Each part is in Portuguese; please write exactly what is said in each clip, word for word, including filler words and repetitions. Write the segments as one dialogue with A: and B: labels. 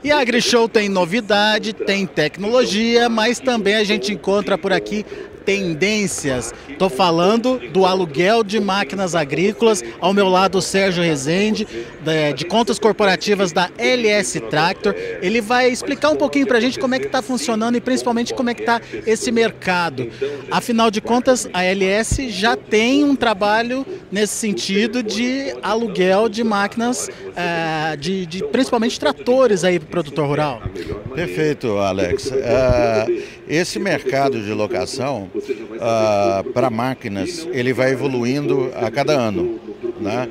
A: E a AgriShow tem novidade, tem tecnologia, mas também a gente encontra por aqui tendências. Estou falando do aluguel de máquinas agrícolas. Ao meu lado, o Sérgio Rezende, de contas corporativas da L S Tractor. Ele vai explicar um pouquinho para a gente como é que está funcionando e principalmente como é que está esse mercado. Afinal de contas, a L S já tem um trabalho nesse sentido de aluguel de máquinas, é, de, de principalmente tratores aí para o produtor rural.
B: Perfeito, Alex. Uh, esse mercado de locação uh, para máquinas, ele vai evoluindo a cada ano, né?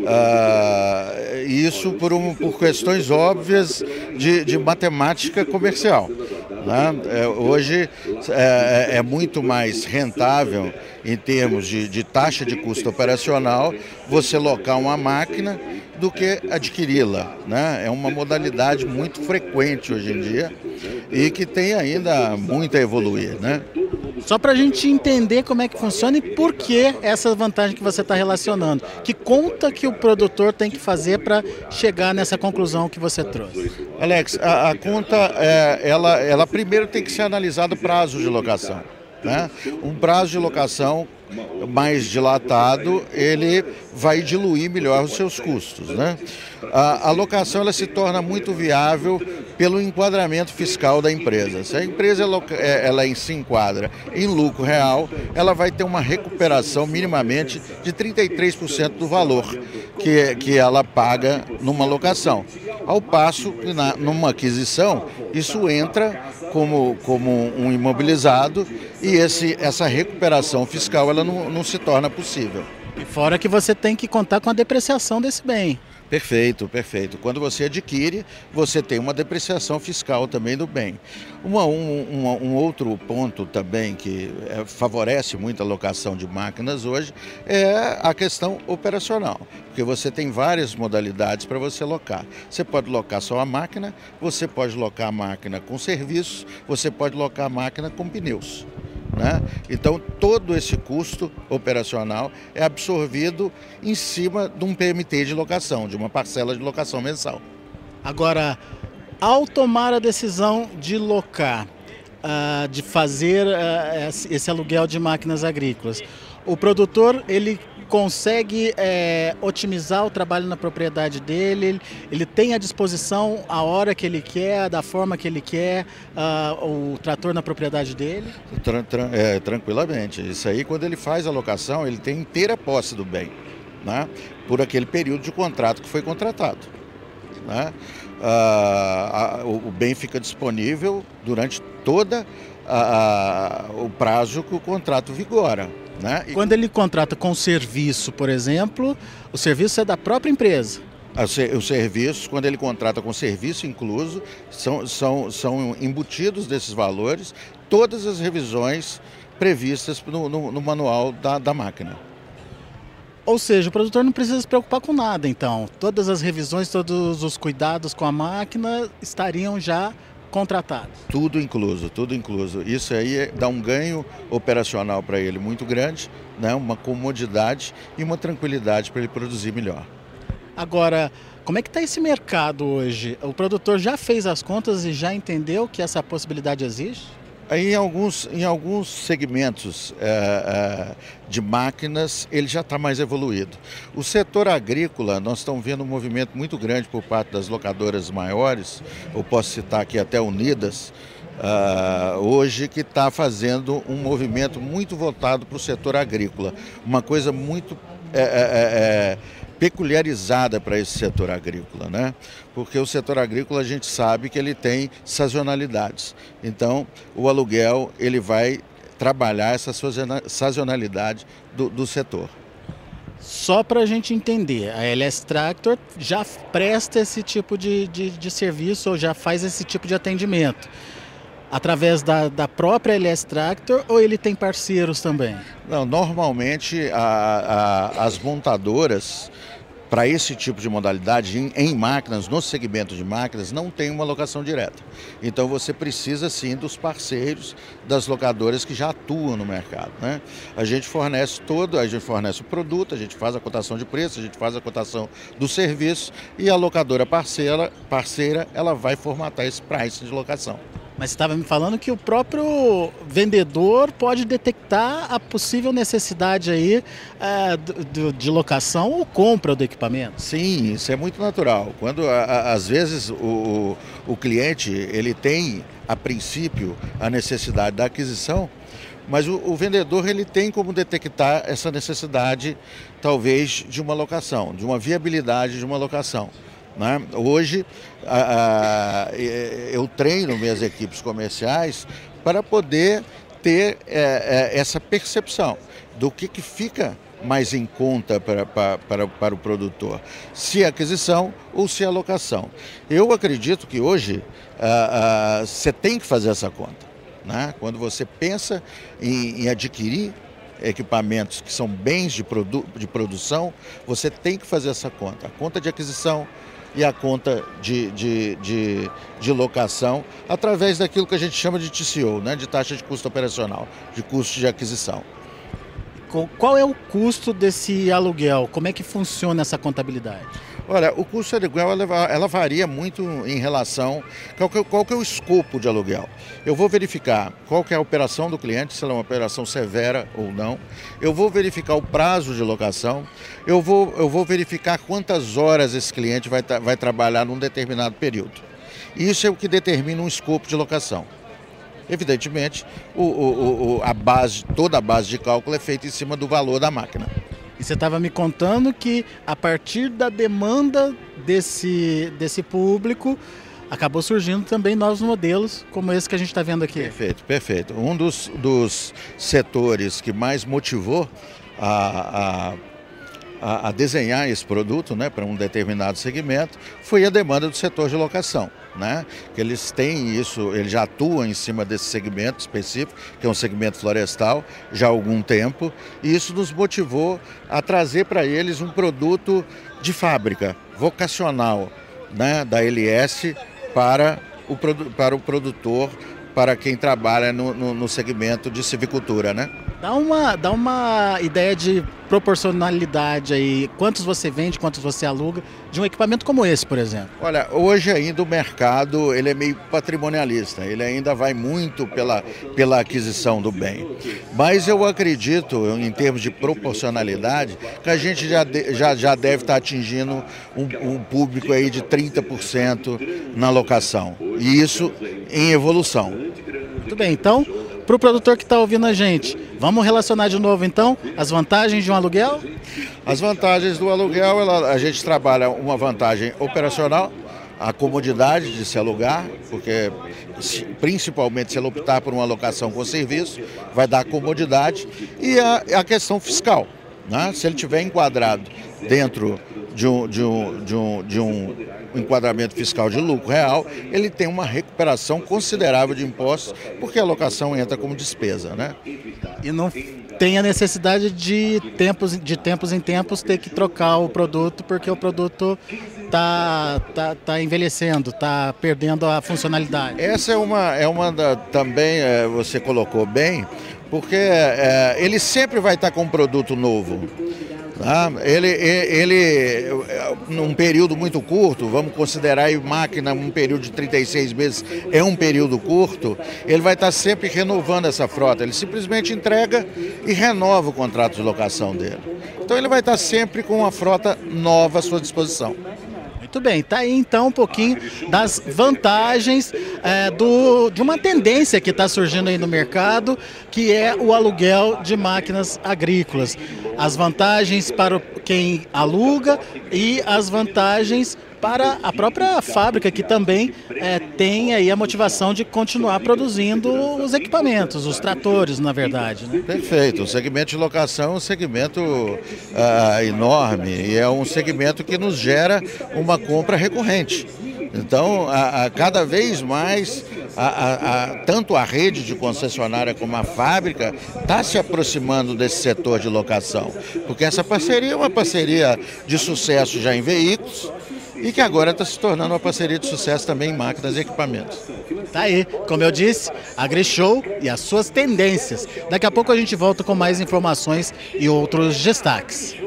B: Uh, isso por, um, por questões óbvias de, de matemática comercial, né? É, hoje é, é muito mais rentável em termos de, de taxa de custo operacional você locar uma máquina do que adquiri-la, né? É uma modalidade muito frequente hoje em dia e que tem ainda muito a evoluir, né?
A: Só para a gente entender como é que funciona e por que essa vantagem que você está relacionando. Que conta que o produtor tem que fazer para chegar nessa conclusão que você trouxe?
B: Alex, a, a conta, é, ela, ela primeiro tem que ser analisado o prazo de locação, né? Um prazo de locação mais dilatado, ele vai diluir melhor os seus custos, né? A, a locação ela se torna muito viável pelo enquadramento fiscal da empresa. Se a empresa ela, ela se enquadra em lucro real, ela vai ter uma recuperação minimamente de trinta e três por cento do valor que, que ela paga numa locação. Ao passo que na, numa aquisição, isso entra como, como um imobilizado e esse, essa recuperação fiscal ela não, não se torna possível.
A: E fora que você tem que contar com a depreciação desse bem.
B: Perfeito, perfeito. Quando você adquire, você tem uma depreciação fiscal também do bem. Uma, um, um, um outro ponto também que é, favorece muito a locação de máquinas hoje é a questão operacional, porque você tem várias modalidades para você locar. Você pode locar só a máquina, você pode locar a máquina com serviços, você pode locar a máquina com pneus, né? Então todo esse custo operacional é absorvido em cima de um P M T de locação, de uma parcela de locação mensal.
A: Agora, ao tomar a decisão de locar, uh, de fazer uh, esse aluguel de máquinas agrícolas, o produtor ele consegue é, otimizar o trabalho na propriedade dele, ele, ele tem à disposição a hora que ele quer, da forma que ele quer, uh, o trator na propriedade dele?
B: Tran, tran, é, tranquilamente. Isso aí, quando ele faz a locação, ele tem inteira posse do bem, né? Por aquele período de contrato que foi contratado, né? Ah, a, o, o bem fica disponível durante todo o prazo que o contrato vigora, né? E
A: quando ele contrata com serviço, por exemplo, o serviço é da própria empresa?
B: Os serviços, quando ele contrata com serviço incluso, são, são, são embutidos desses valores todas as revisões previstas no, no, no manual da, da máquina.
A: Ou seja, o produtor não precisa se preocupar com nada, então. Todas as revisões, todos os cuidados com a máquina estariam já contratados.
B: Tudo incluso, tudo incluso. Isso aí dá um ganho operacional para ele muito grande, né? Uma comodidade e uma tranquilidade para ele produzir melhor.
A: Agora, como é que está esse mercado hoje? O produtor já fez as contas e já entendeu que essa possibilidade existe?
B: Aí, em alguns, em alguns segmentos é, é, de máquinas, ele já está mais evoluído. O setor agrícola, nós estamos vendo um movimento muito grande por parte das locadoras maiores, eu posso citar aqui até Unidas, uh, hoje que está fazendo um movimento muito voltado para o setor agrícola. Uma coisa muito é, é, é, peculiarizada para esse setor agrícola, né? Porque o setor agrícola a gente sabe que ele tem sazonalidades. Então, o aluguel ele vai trabalhar essa sazonalidade do, do setor.
A: Só para a gente entender, a L S Tractor já presta esse tipo de, de, de serviço ou já faz esse tipo de atendimento? Através da, da própria L S Tractor ou ele tem parceiros também?
B: Não, normalmente a, a, as montadoras para esse tipo de modalidade, em, em máquinas, no segmento de máquinas, não tem uma locação direta. Então você precisa sim dos parceiros das locadoras que já atuam no mercado, né? A gente fornece todo, a gente fornece o produto, a gente faz a cotação de preço, a gente faz a cotação do serviço e a locadora parceira, parceira ela vai formatar esse price de locação.
A: Mas você estava me falando que o próprio vendedor pode detectar a possível necessidade aí é, de, de locação ou compra do equipamento.
B: Sim, isso é muito natural. Quando a, a, às vezes o, o cliente ele tem a princípio a necessidade da aquisição, mas o, o vendedor ele tem como detectar essa necessidade talvez de uma locação, de uma viabilidade de uma locação. Né? Hoje a, a, eu treino minhas equipes comerciais para poder ter é, é, essa percepção do que, que fica mais em conta para, para, para, para o produtor, se a aquisição ou se a locação. Eu acredito que hoje a, a, você tem que fazer essa conta, né? Quando você pensa em, em adquirir equipamentos que são bens de, produ de produção, você tem que fazer essa conta, a conta de aquisição e a conta de, de, de, de locação, através daquilo que a gente chama de T C O, né? De taxa de custo operacional, de custo de aquisição.
A: Qual é o custo desse aluguel? Como é que funciona essa contabilidade?
B: Olha, o custo de aluguel ela, ela varia muito em relação qual que, qual que é o escopo de aluguel. Eu vou verificar qual que é a operação do cliente, se ela é uma operação severa ou não. Eu vou verificar o prazo de locação. Eu vou, eu vou verificar quantas horas esse cliente vai, vai trabalhar num determinado período. Isso é o que determina um escopo de locação. Evidentemente, o, o, o, a base, toda a base de cálculo é feita em cima do valor da máquina.
A: E você estava me contando que a partir da demanda desse, desse público, acabou surgindo também novos modelos, como esse que a gente está vendo aqui.
B: Perfeito, perfeito. Um dos, dos setores que mais motivou a, a, a desenhar esse produto, né, para um determinado segmento foi a demanda do setor de locação. Né? Que eles têm isso, eles já atuam em cima desse segmento específico, que é um segmento florestal, já há algum tempo, e isso nos motivou a trazer para eles um produto de fábrica, vocacional, né, da L S para o, para o produtor, para quem trabalha no, no, no segmento de silvicultura, né?
A: Dá uma, dá uma ideia de proporcionalidade aí, quantos você vende, quantos você aluga, de um equipamento como esse, por exemplo?
B: Olha, hoje ainda o mercado ele é meio patrimonialista, ele ainda vai muito pela, pela aquisição do bem. Mas eu acredito, em termos de proporcionalidade, que a gente já, de, já, já deve estar atingindo um, um público aí de trinta por cento na locação, e isso em evolução.
A: Muito bem, então, para o produtor que está ouvindo a gente, vamos relacionar de novo então as vantagens de um aluguel?
B: As vantagens do aluguel, ela, a gente trabalha uma vantagem operacional, a comodidade de se alugar, porque principalmente se ela optar por uma locação com serviço, vai dar comodidade, e a, a questão fiscal, né? Se ele tiver enquadrado dentro de um, de um, de um, de um enquadramento fiscal de lucro real, ele tem uma recuperação considerável de impostos, porque a locação entra como despesa, né?
A: E não tem a necessidade de tempos, de tempos em tempos ter que trocar o produto, porque o produto está tá, tá envelhecendo, está perdendo a funcionalidade.
B: Essa é uma, é uma da, também, é, você colocou bem, porque é, ele sempre vai estar com um produto novo. Tá? Ele, ele, num período muito curto, vamos considerar aí máquina, um período de trinta e seis meses é um período curto, ele vai estar sempre renovando essa frota, ele simplesmente entrega e renova o contrato de locação dele. Então ele vai estar sempre com uma frota nova à sua disposição.
A: Muito bem, tá aí então um pouquinho das vantagens é, do, de uma tendência que está surgindo aí no mercado, que é o aluguel de máquinas agrícolas. As vantagens para quem aluga e as vantagens para a própria fábrica, que também é, tem aí a motivação de continuar produzindo os equipamentos, os tratores, na verdade. Né?
B: Perfeito. O segmento de locação é um segmento uh, enorme e é um segmento que nos gera uma compra recorrente. Então, a, a cada vez mais a, a, a, tanto a rede de concessionária como a fábrica está se aproximando desse setor de locação, porque essa parceria é uma parceria de sucesso já em veículos e que agora está se tornando uma parceria de sucesso também em máquinas e equipamentos.
A: Tá aí, como eu disse, AgriShow e as suas tendências. Daqui a pouco a gente volta com mais informações e outros destaques.